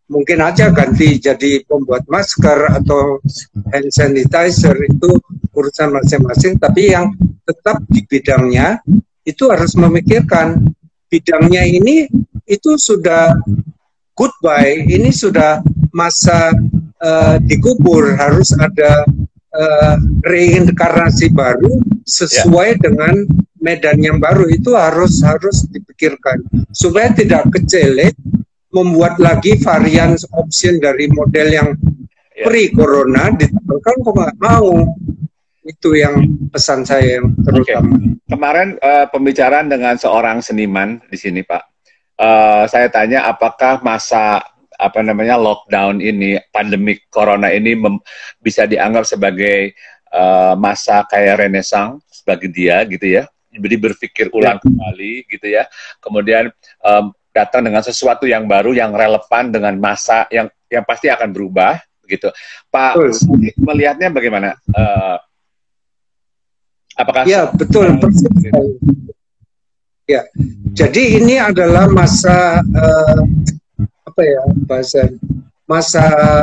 mungkin aja ganti jadi pembuat masker atau hand sanitizer, itu urusan masing-masing, tapi yang tetap di bidangnya itu harus memikirkan bidangnya ini itu sudah goodbye, ini sudah masa uh, dikubur, harus ada uh, reinkarnasi baru sesuai yeah. dengan medan yang baru. Itu harus harus dipikirkan supaya tidak kecelek membuat lagi varian option dari model yang yeah. pre-corona ditambahkan, kok nggak mau. Itu yang pesan saya yang terutama. Okay. Kemarin uh, pembicaraan dengan seorang seniman di sini, Pak. Uh, saya tanya apakah masa apa namanya lockdown ini, pandemi corona ini mem, bisa dianggap sebagai uh, masa kayak renaissance bagi dia gitu ya, jadi berpikir ulang ya. kembali gitu ya, kemudian um, datang dengan sesuatu yang baru yang relevan dengan masa yang yang pasti akan berubah gitu. Pak betul. Melihatnya bagaimana? Uh, apakah? Ya betul. Uh, Ya, jadi ini adalah masa uh, apa ya bahasa masa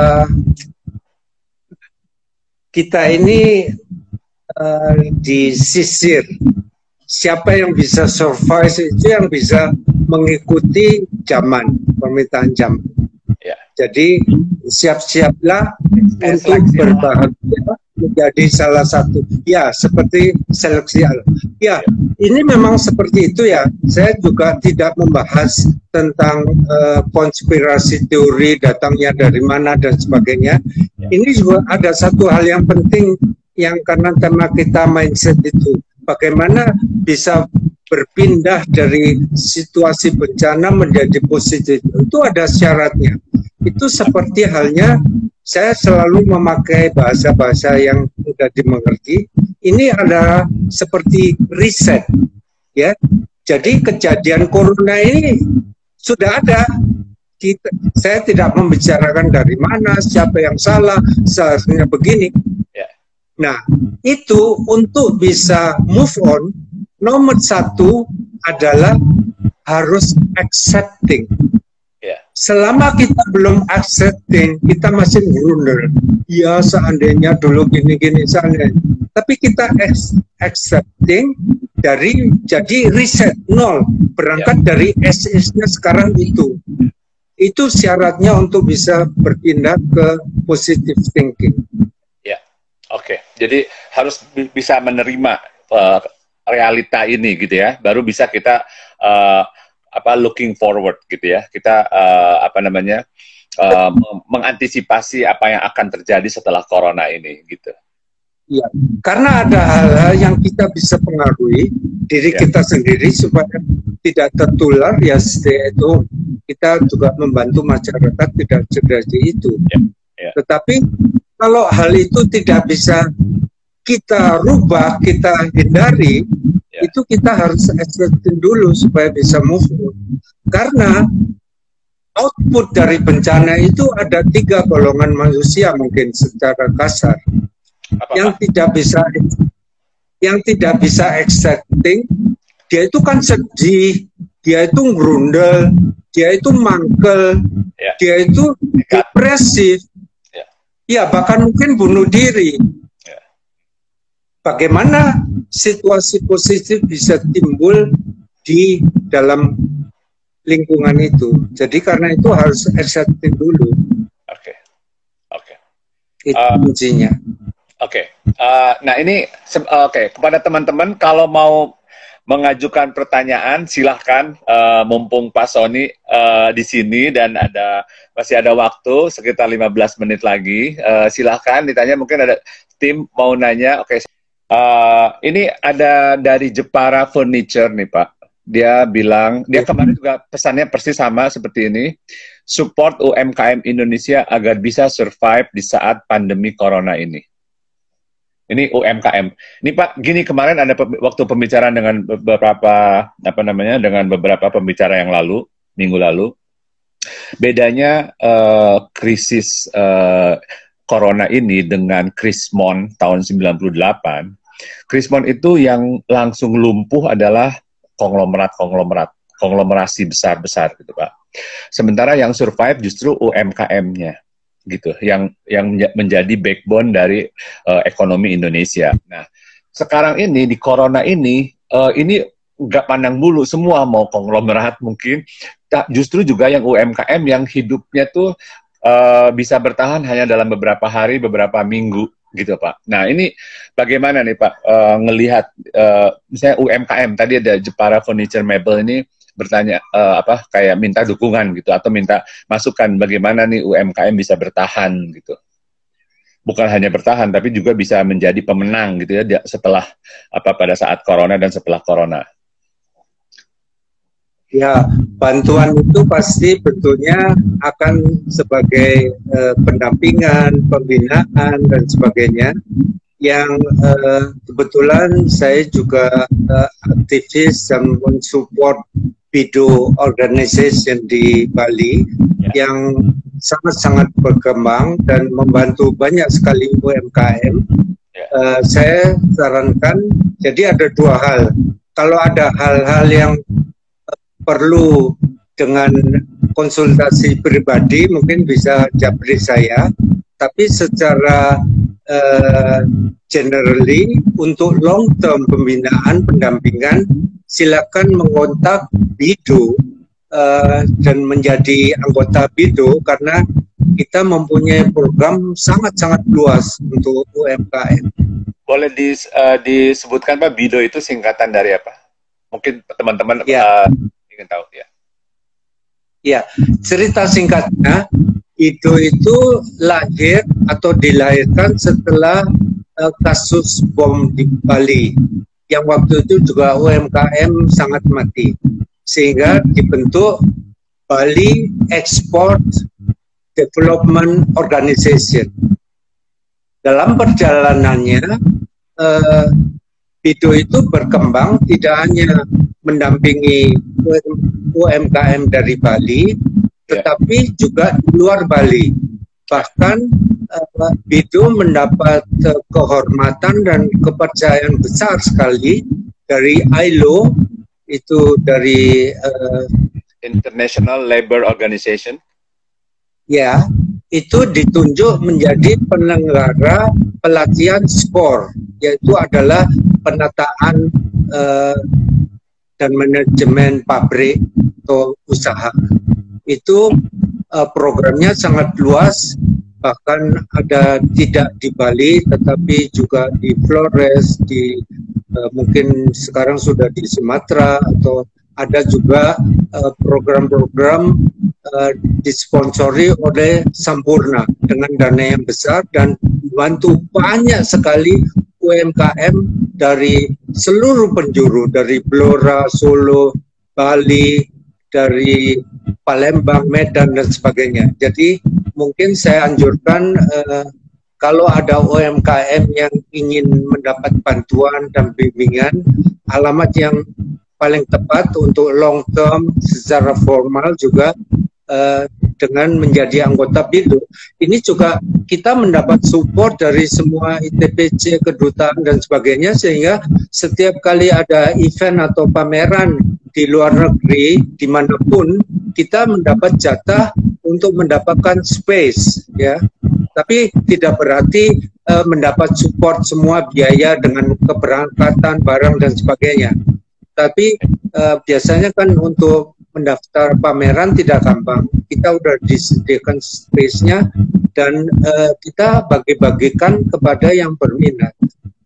kita ini uh, disisir. Siapa yang bisa survive itu yang bisa mengikuti zaman, permintaan zaman. Ya. Jadi siap-siaplah untuk berbahagia menjadi salah satu, ya seperti seleksi alam. Ya, ini memang seperti itu ya. Saya juga tidak membahas tentang uh, konspirasi teori datangnya dari mana dan sebagainya. Ini juga ada satu hal yang penting yang karena tema kita mindset itu, bagaimana bisa berpindah dari situasi bencana menjadi positif. Itu ada syaratnya. Itu seperti halnya saya selalu memakai bahasa-bahasa yang mudah dimengerti. Ini adalah seperti riset, ya. Jadi kejadian corona ini sudah ada. Kita, saya tidak membicarakan dari mana, siapa yang salah, seharusnya begini. Nah, itu untuk bisa move on, nomor satu adalah harus accepting. Selama kita belum accepting, kita masih blunder. Ya seandainya dulu gini-gini seandainya. Tapi kita accepting dari jadi riset nol, berangkat dari S S-nya sekarang itu. Itu syaratnya untuk bisa berpindah ke positive thinking. Ya, oke. Okay. Jadi harus bisa menerima uh, realita ini gitu ya. Baru bisa kita uh, apa looking forward gitu ya, kita uh, apa namanya uh, mengantisipasi apa yang akan terjadi setelah corona ini gitu. Ya, karena ada hal-hal yang kita bisa pengaruhi diri ya. kita sendiri supaya tidak tertular, ya itu kita juga membantu masyarakat tidak terjadi itu. Ya. Ya. Tetapi kalau hal itu tidak bisa kita rubah, kita hindari, ya. Itu kita harus accepting dulu supaya bisa move on. Karena output dari bencana itu ada tiga golongan manusia mungkin secara kasar. Apa, yang apa? tidak bisa yang tidak bisa accepting, dia itu kan sedih, dia itu ngerundel, dia itu mangkel, ya. dia itu depresif, ya. ya bahkan mungkin bunuh diri. Bagaimana situasi positif bisa timbul di dalam lingkungan itu. Jadi karena itu harus accepting dulu. Oke, okay. oke. Okay. Itu uh, kuncinya. Oke. Okay. Uh, nah ini, oke okay. kepada teman-teman kalau mau mengajukan pertanyaan silahkan. Uh, mumpung Pak Sony uh, di sini dan ada masih ada waktu sekitar lima belas menit lagi. Uh, silahkan ditanya, mungkin ada tim mau nanya. Oke. Okay. Uh, ini ada dari Jepara Furniture nih Pak. Dia bilang, dia kemarin juga pesannya persis sama seperti ini. Support U M K M Indonesia agar bisa survive di saat pandemi corona ini. Ini U M K M. Ini Pak, gini kemarin ada pe waktu pembicaraan dengan beberapa apa namanya dengan beberapa pembicara yang lalu, minggu lalu. Bedanya uh, krisis uh, corona ini dengan Krismon tahun sembilan puluh delapan. Krismon itu yang langsung lumpuh adalah konglomerat-konglomerat, konglomerasi besar-besar gitu Pak. Sementara yang survive justru U M K M-nya gitu, yang yang menjadi backbone dari uh, ekonomi Indonesia. Nah, sekarang ini di corona ini uh, ini nggak pandang bulu, semua mau konglomerat mungkin, justru juga yang U M K M yang hidupnya tuh uh, bisa bertahan hanya dalam beberapa hari, beberapa minggu gitu Pak. Nah ini bagaimana nih Pak uh, ngelihat uh, misalnya U M K M tadi ada Jepara Furniture Mebel ini bertanya uh, apa kayak minta dukungan gitu atau minta masukan bagaimana nih U M K M bisa bertahan gitu. Bukan hanya bertahan tapi juga bisa menjadi pemenang gitu ya setelah apa pada saat corona dan setelah corona. Ya, bantuan itu pasti betulnya akan sebagai uh, pendampingan, pembinaan dan sebagainya. Yang uh, kebetulan saya juga uh, aktivis dan mensupport Bido Organization di Bali ya. Yang sangat-sangat berkembang dan membantu banyak sekali U M K M. Ya. Uh, saya sarankan, jadi ada dua hal. Kalau ada hal-hal yang uh, perlu dengan konsultasi pribadi, mungkin bisa japri saya. Tapi secara uh, generally untuk long term pembinaan pendampingan silakan mengontak Bido uh, dan menjadi anggota Bido karena kita mempunyai program sangat-sangat luas untuk U M K M. Boleh dis, uh, disebutkan Pak, Bido itu singkatan dari apa? Mungkin teman-teman ya. uh, ingin tahu ya. Ya, cerita singkatnya Bido itu lahir atau dilahirkan setelah uh, kasus bom di Bali yang waktu itu juga U M K M sangat mati sehingga dibentuk Bali Export Development Organization. Dalam perjalanannya uh, Bido itu berkembang tidak hanya mendampingi U M K M dari Bali tetapi juga di luar Bali. Bahkan uh, Bido mendapat uh, kehormatan dan kepercayaan besar sekali dari I L O, itu dari uh, International Labour Organization. Ya, itu ditunjuk menjadi penyelenggara pelatihan skor, yaitu adalah penataan uh, dan manajemen pabrik atau usaha. Itu uh, programnya sangat luas, bahkan ada tidak di Bali tetapi juga di Flores, di uh, mungkin sekarang sudah di Sumatera, atau ada juga program-program uh, uh, disponsori oleh Sampurna dengan dana yang besar dan membantu banyak sekali U M K M dari seluruh penjuru, dari Blora, Solo, Bali, dari Palembang, Medan dan sebagainya. Jadi mungkin saya anjurkan uh, kalau ada U M K M yang ingin mendapat bantuan dan bimbingan, alamat yang paling tepat untuk long term secara formal juga uh, dengan menjadi anggota Bido. Ini juga kita mendapat support dari semua I T P C, kedutaan dan sebagainya, sehingga setiap kali ada event atau pameran di luar negeri dimanapun kita mendapat jatah untuk mendapatkan space, ya. Tapi tidak berarti uh, mendapat support semua biaya dengan keberangkatan barang dan sebagainya. Tapi uh, biasanya kan untuk mendaftar pameran tidak gampang. Kita udah disediakan space-nya dan uh, kita bagi-bagikan kepada yang berminat.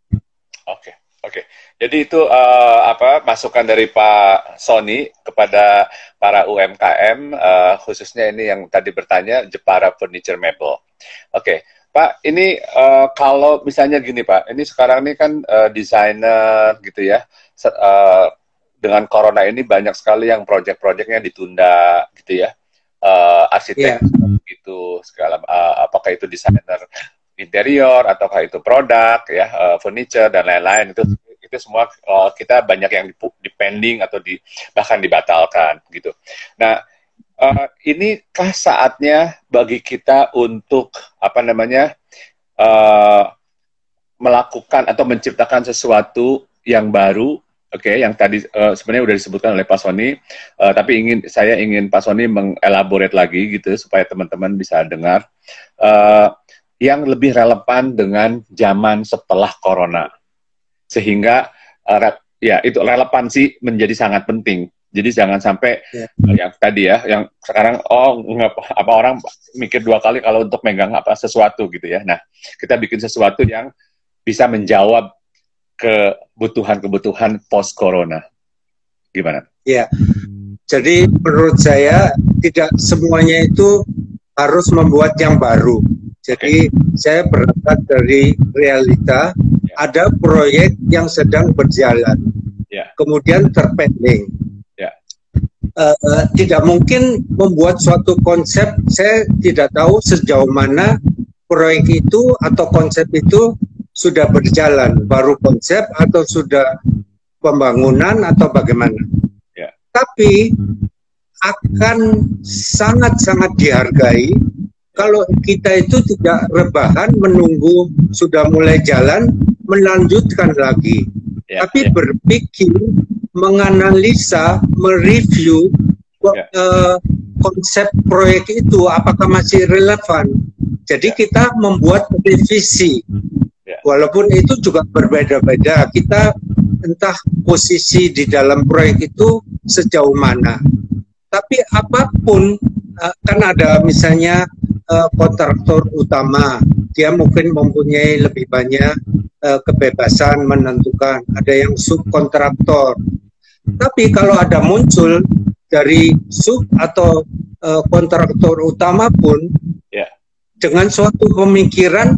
Oke, oke. Jadi itu uh, apa masukan dari Pak Sony kepada para U M K M, uh, khususnya ini yang tadi bertanya Jepara Furniture Mebel. Oke. Pak, ini uh, kalau misalnya gini Pak, ini sekarang ini kan uh, desainer gitu ya, uh, dengan corona ini banyak sekali yang proyek-proyeknya ditunda gitu ya, uh, arsitek yeah. gitu, segala, uh, apakah itu desainer interior, ataukah itu produk ya, uh, furniture dan lain-lain, itu itu semua uh, kita banyak yang dipending atau di, bahkan dibatalkan gitu. Nah, Uh, inikah saatnya bagi kita untuk apa namanya uh, melakukan atau menciptakan sesuatu yang baru Oke, okay, yang tadi uh, sebenarnya udah disebutkan oleh Pak Sony, uh, tapi ingin saya ingin Pak Sony mengelaborate lagi gitu supaya teman-teman bisa dengar uh, yang lebih relevan dengan zaman setelah Corona, sehingga uh, ya itu relevansi menjadi sangat penting. Jadi jangan sampai yeah. uh, yang tadi ya, yang sekarang oh nggak apa orang mikir dua kali kalau untuk megang apa sesuatu gitu ya. Nah, kita bikin sesuatu yang bisa menjawab kebutuhan-kebutuhan post-corona. Gimana? Ya, jadi menurut saya tidak semuanya itu harus membuat yang baru. Jadi okay. saya berangkat dari realita, yeah. ada proyek yang sedang berjalan, yeah. kemudian terpending. Yeah. Uh, tidak mungkin membuat suatu konsep, saya tidak tahu sejauh mana proyek itu atau konsep itu sudah berjalan, baru konsep atau sudah pembangunan atau bagaimana. Yeah. Tapi akan sangat-sangat dihargai kalau kita itu tidak rebahan menunggu sudah mulai jalan, melanjutkan lagi. Yeah, Tapi yeah. berpikir, menganalisa, mereview yeah. uh, konsep proyek itu apakah masih relevan. Jadi yeah. kita membuat revisi. Walaupun itu juga berbeda-beda, kita entah posisi di dalam proyek itu sejauh mana. Tapi apapun, kan ada misalnya kontraktor utama, dia mungkin mempunyai lebih banyak kebebasan menentukan. Ada yang subkontraktor. Tapi kalau ada muncul dari sub atau kontraktor utama pun, yeah. dengan suatu pemikiran,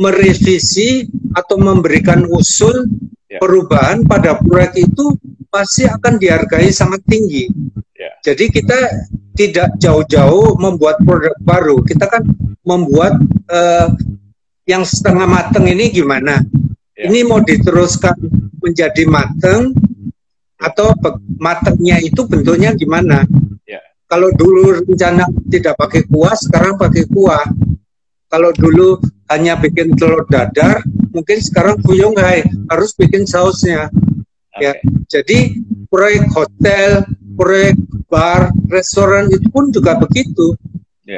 merevisi atau memberikan usul yeah. perubahan pada proyek itu pasti akan dihargai sangat tinggi. Yeah. Jadi kita tidak jauh-jauh membuat produk baru, kita kan membuat uh, yang setengah mateng ini gimana? Yeah. Ini mau diteruskan menjadi mateng atau matengnya itu bentuknya gimana? Yeah. Kalau dulu rencana tidak pakai kuah, sekarang pakai kuah. Kalau dulu hanya bikin telur dadar, mungkin sekarang fuyung hai, harus bikin sausnya. Okay. Ya, jadi proyek hotel, proyek bar, restoran itu pun juga begitu. Yeah.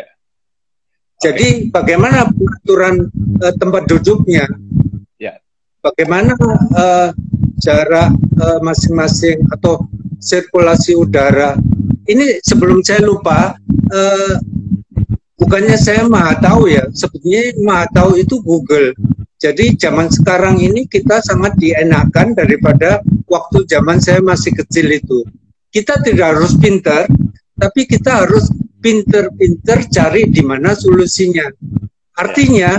Okay. Jadi bagaimana pengaturan uh, tempat duduknya? Yeah. Bagaimana uh, jarak masing-masing uh, atau sirkulasi udara? Ini sebelum saya lupa. Uh, Bukannya saya maha tahu ya, sebetulnya maha tahu itu Google. Jadi zaman sekarang ini kita sangat dienakan daripada waktu zaman saya masih kecil itu. Kita tidak harus pintar, tapi kita harus pinter-pinter cari di mana solusinya. Artinya,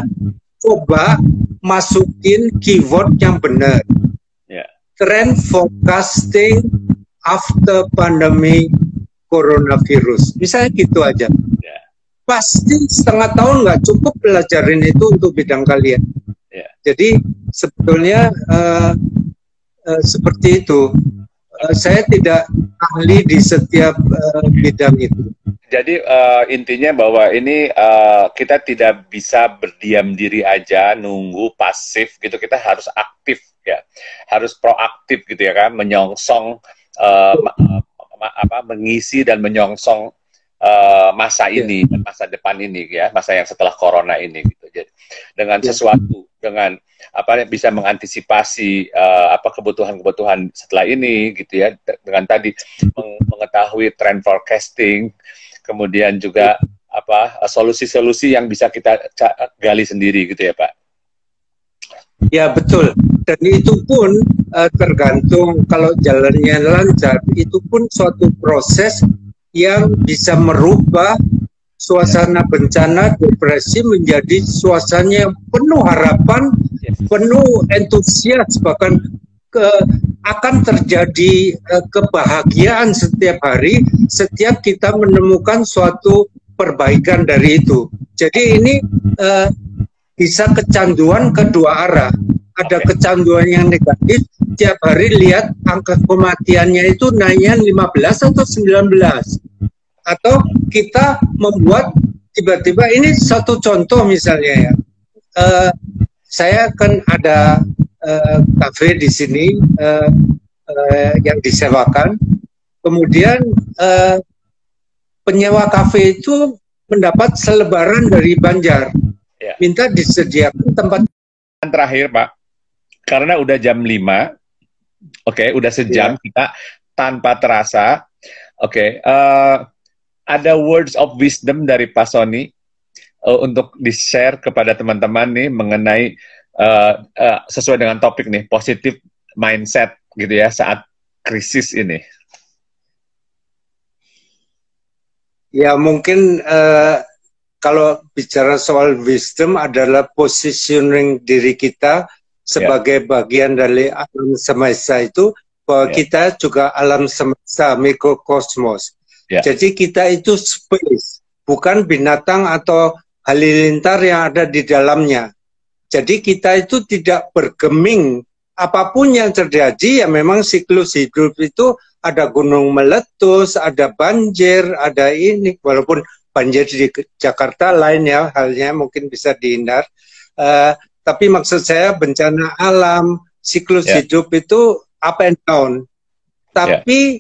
coba masukin keyword yang benar. Trend forecasting after pandemic coronavirus. Misalnya gitu aja. Pasti setengah tahun nggak cukup pelajarin itu untuk bidang kalian. Yeah. Jadi sebetulnya uh, uh, seperti itu. Uh, saya tidak ahli di setiap uh, bidang itu. Jadi uh, intinya bahwa ini uh, kita tidak bisa berdiam diri aja, nunggu pasif gitu. Kita harus aktif ya, harus proaktif gitu ya kan, menyongsong uh, apa, mengisi dan menyongsong Uh, masa ini dan masa depan ini ya, masa yang setelah corona ini gitu. Jadi dengan sesuatu, dengan apa bisa mengantisipasi uh, apa kebutuhan-kebutuhan setelah ini gitu ya, dengan tadi meng mengetahui trend forecasting, kemudian juga apa solusi-solusi yang bisa kita gali sendiri gitu ya Pak. Ya betul, dan itu pun uh, tergantung kalau jalannya lancar, itu pun suatu proses yang bisa merubah suasana bencana, depresi menjadi suasana yang penuh harapan, penuh entusias, bahkan ke, akan terjadi uh, kebahagiaan setiap hari, setiap kita menemukan suatu perbaikan dari itu. Jadi ini uh, bisa kecanduan kedua arah. Ada kecanduan yang negatif, tiap hari lihat angka kematiannya itu naiknya lima belas atau sembilan belas. Atau kita membuat tiba-tiba, ini satu contoh misalnya ya. Uh, saya kan ada uh, kafe di sini, uh, uh, yang disewakan. Kemudian uh, penyewa kafe itu mendapat selebaran dari Banjar. Ya. Minta disediakan tempat. Terakhir Pak, karena udah jam lima, oke, okay, udah sejam ya. Kita tanpa terasa, oke, okay, uh, ada words of wisdom dari Pak Sony uh, untuk di-share kepada teman-teman nih mengenai uh, uh, sesuai dengan topik nih, positive mindset gitu ya saat krisis ini. Ya mungkin uh, kalau bicara soal wisdom adalah positioning diri kita sebagai yeah. bagian dari alam semesta itu, bahwa yeah. kita juga alam semesta, mikrokosmos. Yeah. Jadi kita itu space, bukan binatang atau halilintar yang ada di dalamnya. Jadi kita itu tidak bergeming, apapun yang terjadi ya memang siklus hidup itu ada gunung meletus, ada banjir, ada ini, walaupun banjir di Jakarta lain ya, halnya mungkin bisa dihindar. Uh, tapi maksud saya bencana alam, siklus yeah. hidup itu up and down. Tapi yeah.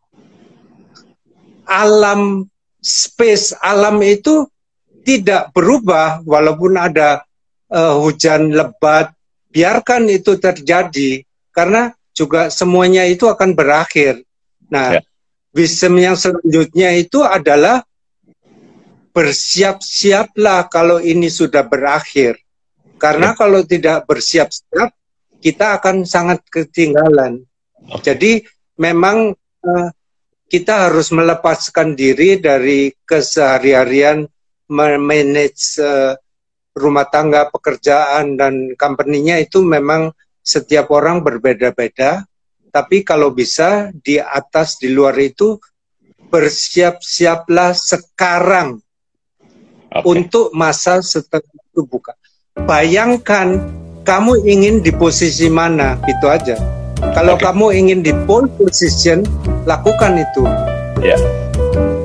alam space, alam itu tidak berubah walaupun ada uh, hujan lebat. Biarkan itu terjadi karena juga semuanya itu akan berakhir. Nah, yeah. wisdom yang selanjutnya itu adalah bersiap-siaplah kalau ini sudah berakhir. Karena kalau tidak bersiap-siap, kita akan sangat ketinggalan. Jadi memang uh, kita harus melepaskan diri dari keseharian memanage uh, rumah tangga, pekerjaan, dan company-nya itu memang setiap orang berbeda-beda. Tapi kalau bisa di atas, di luar itu, bersiap-siaplah sekarang. Okay. Untuk masa setelah itu buka. Bayangkan kamu ingin di posisi mana, gitu aja. Kalau okay. kamu ingin di pole position, lakukan itu. Ya. Yeah.